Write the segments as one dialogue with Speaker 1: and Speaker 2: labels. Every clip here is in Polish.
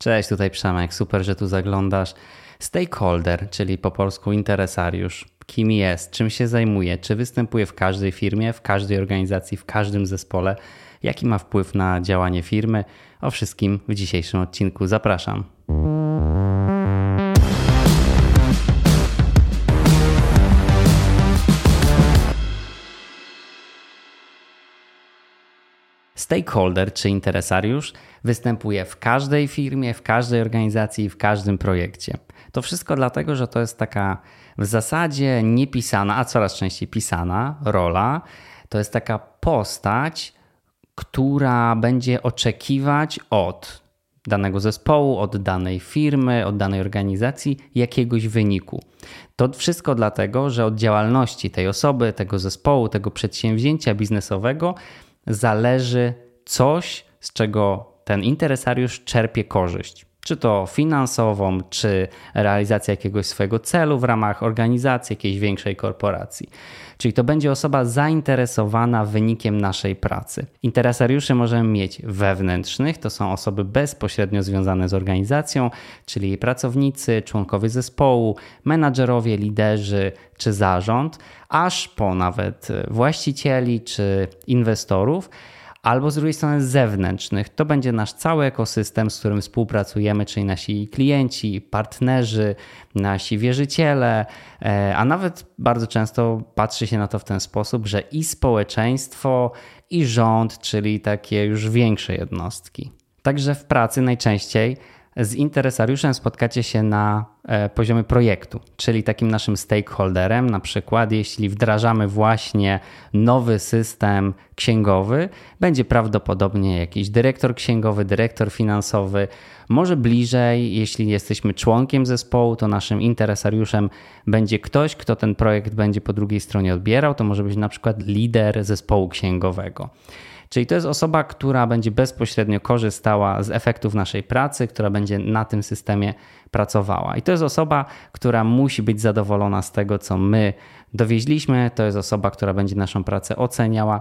Speaker 1: Cześć, tutaj Przemek. Super, że tu zaglądasz. Stakeholder, czyli po polsku interesariusz. Kim jest, czym się zajmuje, czy występuje w każdej firmie, w każdej organizacji, w każdym zespole, jaki ma wpływ na działanie firmy. O wszystkim w dzisiejszym odcinku zapraszam. Stakeholder czy interesariusz występuje w każdej firmie, w każdej organizacji, w każdym projekcie. To wszystko dlatego, że to jest taka w zasadzie niepisana, a coraz częściej pisana rola. To jest taka postać, która będzie oczekiwać od danego zespołu, od danej firmy, od danej organizacji jakiegoś wyniku. To wszystko dlatego, że od działalności tej osoby, tego zespołu, tego przedsięwzięcia biznesowego zależy coś, z czego ten interesariusz czerpie korzyść. Czy to finansową, czy realizacja jakiegoś swojego celu w ramach organizacji, jakiejś większej korporacji. Czyli to będzie osoba zainteresowana wynikiem naszej pracy. Interesariuszy możemy mieć wewnętrznych, to są osoby bezpośrednio związane z organizacją, czyli jej pracownicy, członkowie zespołu, menadżerowie, liderzy czy zarząd, aż po nawet właścicieli czy inwestorów. Albo z drugiej strony zewnętrznych. To będzie nasz cały ekosystem, z którym współpracujemy, czyli nasi klienci, partnerzy, nasi wierzyciele, a nawet bardzo często patrzy się na to w ten sposób, że i społeczeństwo, i rząd, czyli takie już większe jednostki. Także w pracy najczęściej z interesariuszem spotkacie się na poziomie projektu, czyli takim naszym stakeholderem. Na przykład jeśli wdrażamy właśnie nowy system księgowy, będzie prawdopodobnie jakiś dyrektor księgowy, dyrektor finansowy. Może bliżej, jeśli jesteśmy członkiem zespołu, to naszym interesariuszem będzie ktoś, kto ten projekt będzie po drugiej stronie odbierał. To może być na przykład lider zespołu księgowego. Czyli to jest osoba, która będzie bezpośrednio korzystała z efektów naszej pracy, która będzie na tym systemie pracowała. I to jest osoba, która musi być zadowolona z tego, co my dowieźliśmy. To jest osoba, która będzie naszą pracę oceniała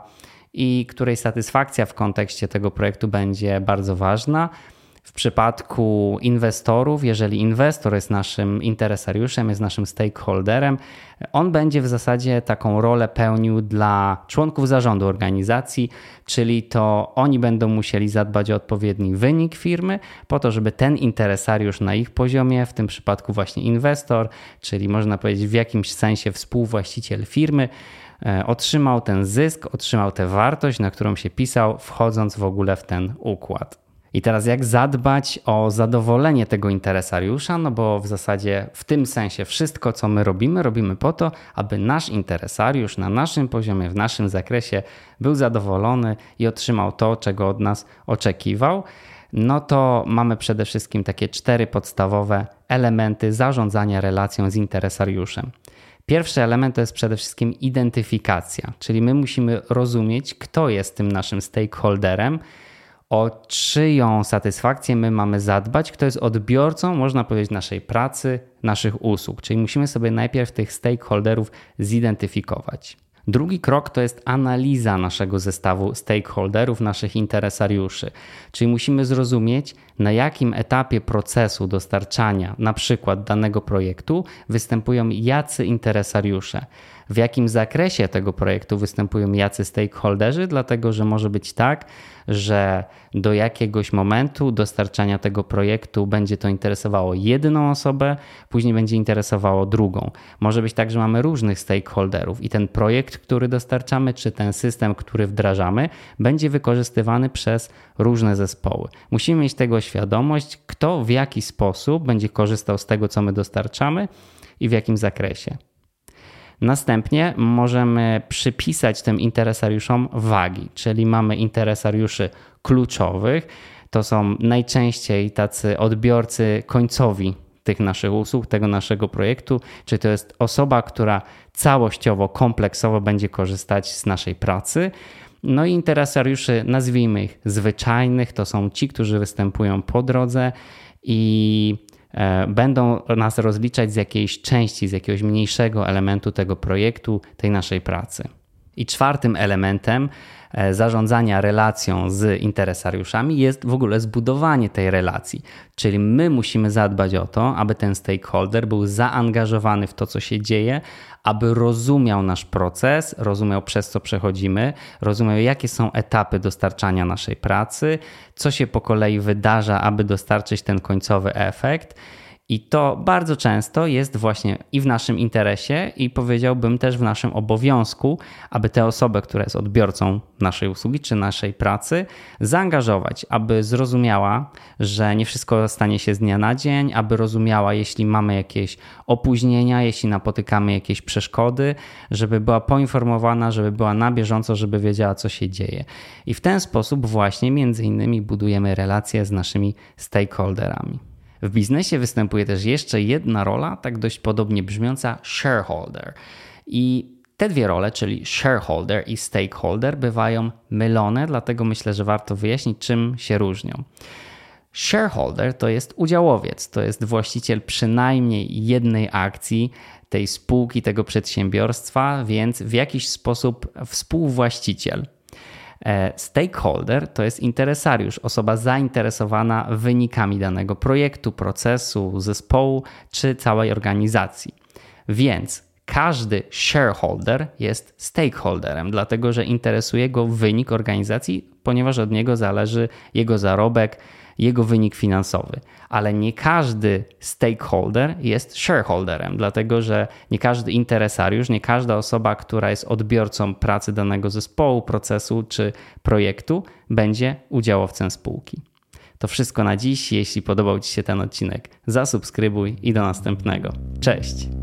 Speaker 1: i której satysfakcja w kontekście tego projektu będzie bardzo ważna. W przypadku inwestorów, jeżeli inwestor jest naszym interesariuszem, jest naszym stakeholderem, on będzie w zasadzie taką rolę pełnił dla członków zarządu organizacji, czyli to oni będą musieli zadbać o odpowiedni wynik firmy po to, żeby ten interesariusz na ich poziomie, w tym przypadku właśnie inwestor, czyli można powiedzieć w jakimś sensie współwłaściciel firmy, otrzymał ten zysk, otrzymał tę wartość, na którą się pisał, wchodząc w ogóle w ten układ. I teraz jak zadbać o zadowolenie tego interesariusza? No bo w zasadzie w tym sensie wszystko, co my robimy po to, aby nasz interesariusz na naszym poziomie, w naszym zakresie był zadowolony i otrzymał to, czego od nas oczekiwał. No to mamy przede wszystkim takie 4 podstawowe elementy zarządzania relacją z interesariuszem. Pierwszy element to jest przede wszystkim identyfikacja, czyli my musimy rozumieć, kto jest tym naszym stakeholderem, o czyją satysfakcję my mamy zadbać, kto jest odbiorcą, można powiedzieć, naszej pracy, naszych usług. Czyli musimy sobie najpierw tych stakeholderów zidentyfikować. Drugi krok to jest analiza naszego zestawu stakeholderów, naszych interesariuszy. Czyli musimy zrozumieć, na jakim etapie procesu dostarczania na przykład danego projektu występują jacy interesariusze. W jakim zakresie tego projektu występują jacy stakeholderzy, dlatego że może być tak, że do jakiegoś momentu dostarczania tego projektu będzie to interesowało jedną osobę, później będzie interesowało drugą. Może być tak, że mamy różnych stakeholderów i ten projekt, który dostarczamy, czy ten system, który wdrażamy, będzie wykorzystywany przez różne zespoły. Musimy mieć tego świadomość, kto w jaki sposób będzie korzystał z tego, co my dostarczamy i w jakim zakresie. Następnie możemy przypisać tym interesariuszom wagi, czyli mamy interesariuszy kluczowych, to są najczęściej tacy odbiorcy końcowi tych naszych usług, tego naszego projektu, czyli to jest osoba, która całościowo, kompleksowo będzie korzystać z naszej pracy. No i interesariuszy, nazwijmy ich zwyczajnych, to są ci, którzy występują po drodze i będą nas rozliczać z jakiejś części, z jakiegoś mniejszego elementu tego projektu, tej naszej pracy. I czwartym elementem zarządzania relacją z interesariuszami jest w ogóle zbudowanie tej relacji. Czyli my musimy zadbać o to, aby ten stakeholder był zaangażowany w to, co się dzieje, aby rozumiał nasz proces, rozumiał, przez co przechodzimy, rozumiał, jakie są etapy dostarczania naszej pracy, co się po kolei wydarza, aby dostarczyć ten końcowy efekt. I to bardzo często jest właśnie i w naszym interesie, i powiedziałbym też w naszym obowiązku, aby tę osobę, która jest odbiorcą naszej usługi czy naszej pracy, zaangażować, aby zrozumiała, że nie wszystko stanie się z dnia na dzień, aby rozumiała, jeśli mamy jakieś opóźnienia, jeśli napotykamy jakieś przeszkody, żeby była poinformowana, żeby była na bieżąco, żeby wiedziała, co się dzieje. I w ten sposób właśnie między innymi budujemy relacje z naszymi stakeholderami. W biznesie występuje też jeszcze jedna rola, tak dość podobnie brzmiąca shareholder. I te dwie role, czyli shareholder i stakeholder, bywają mylone, dlatego myślę, że warto wyjaśnić, czym się różnią. Shareholder to jest udziałowiec, to jest właściciel przynajmniej jednej akcji tej spółki, tego przedsiębiorstwa, więc w jakiś sposób współwłaściciel. Stakeholder to jest interesariusz, osoba zainteresowana wynikami danego projektu, procesu, zespołu czy całej organizacji. Więc każdy shareholder jest stakeholderem, dlatego że interesuje go wynik organizacji, ponieważ od niego zależy jego zarobek, jego wynik finansowy. Ale nie każdy stakeholder jest shareholderem, dlatego że nie każdy interesariusz, nie każda osoba, która jest odbiorcą pracy danego zespołu, procesu czy projektu, będzie udziałowcem spółki. To wszystko na dziś. Jeśli podobał Ci się ten odcinek, zasubskrybuj i do następnego. Cześć!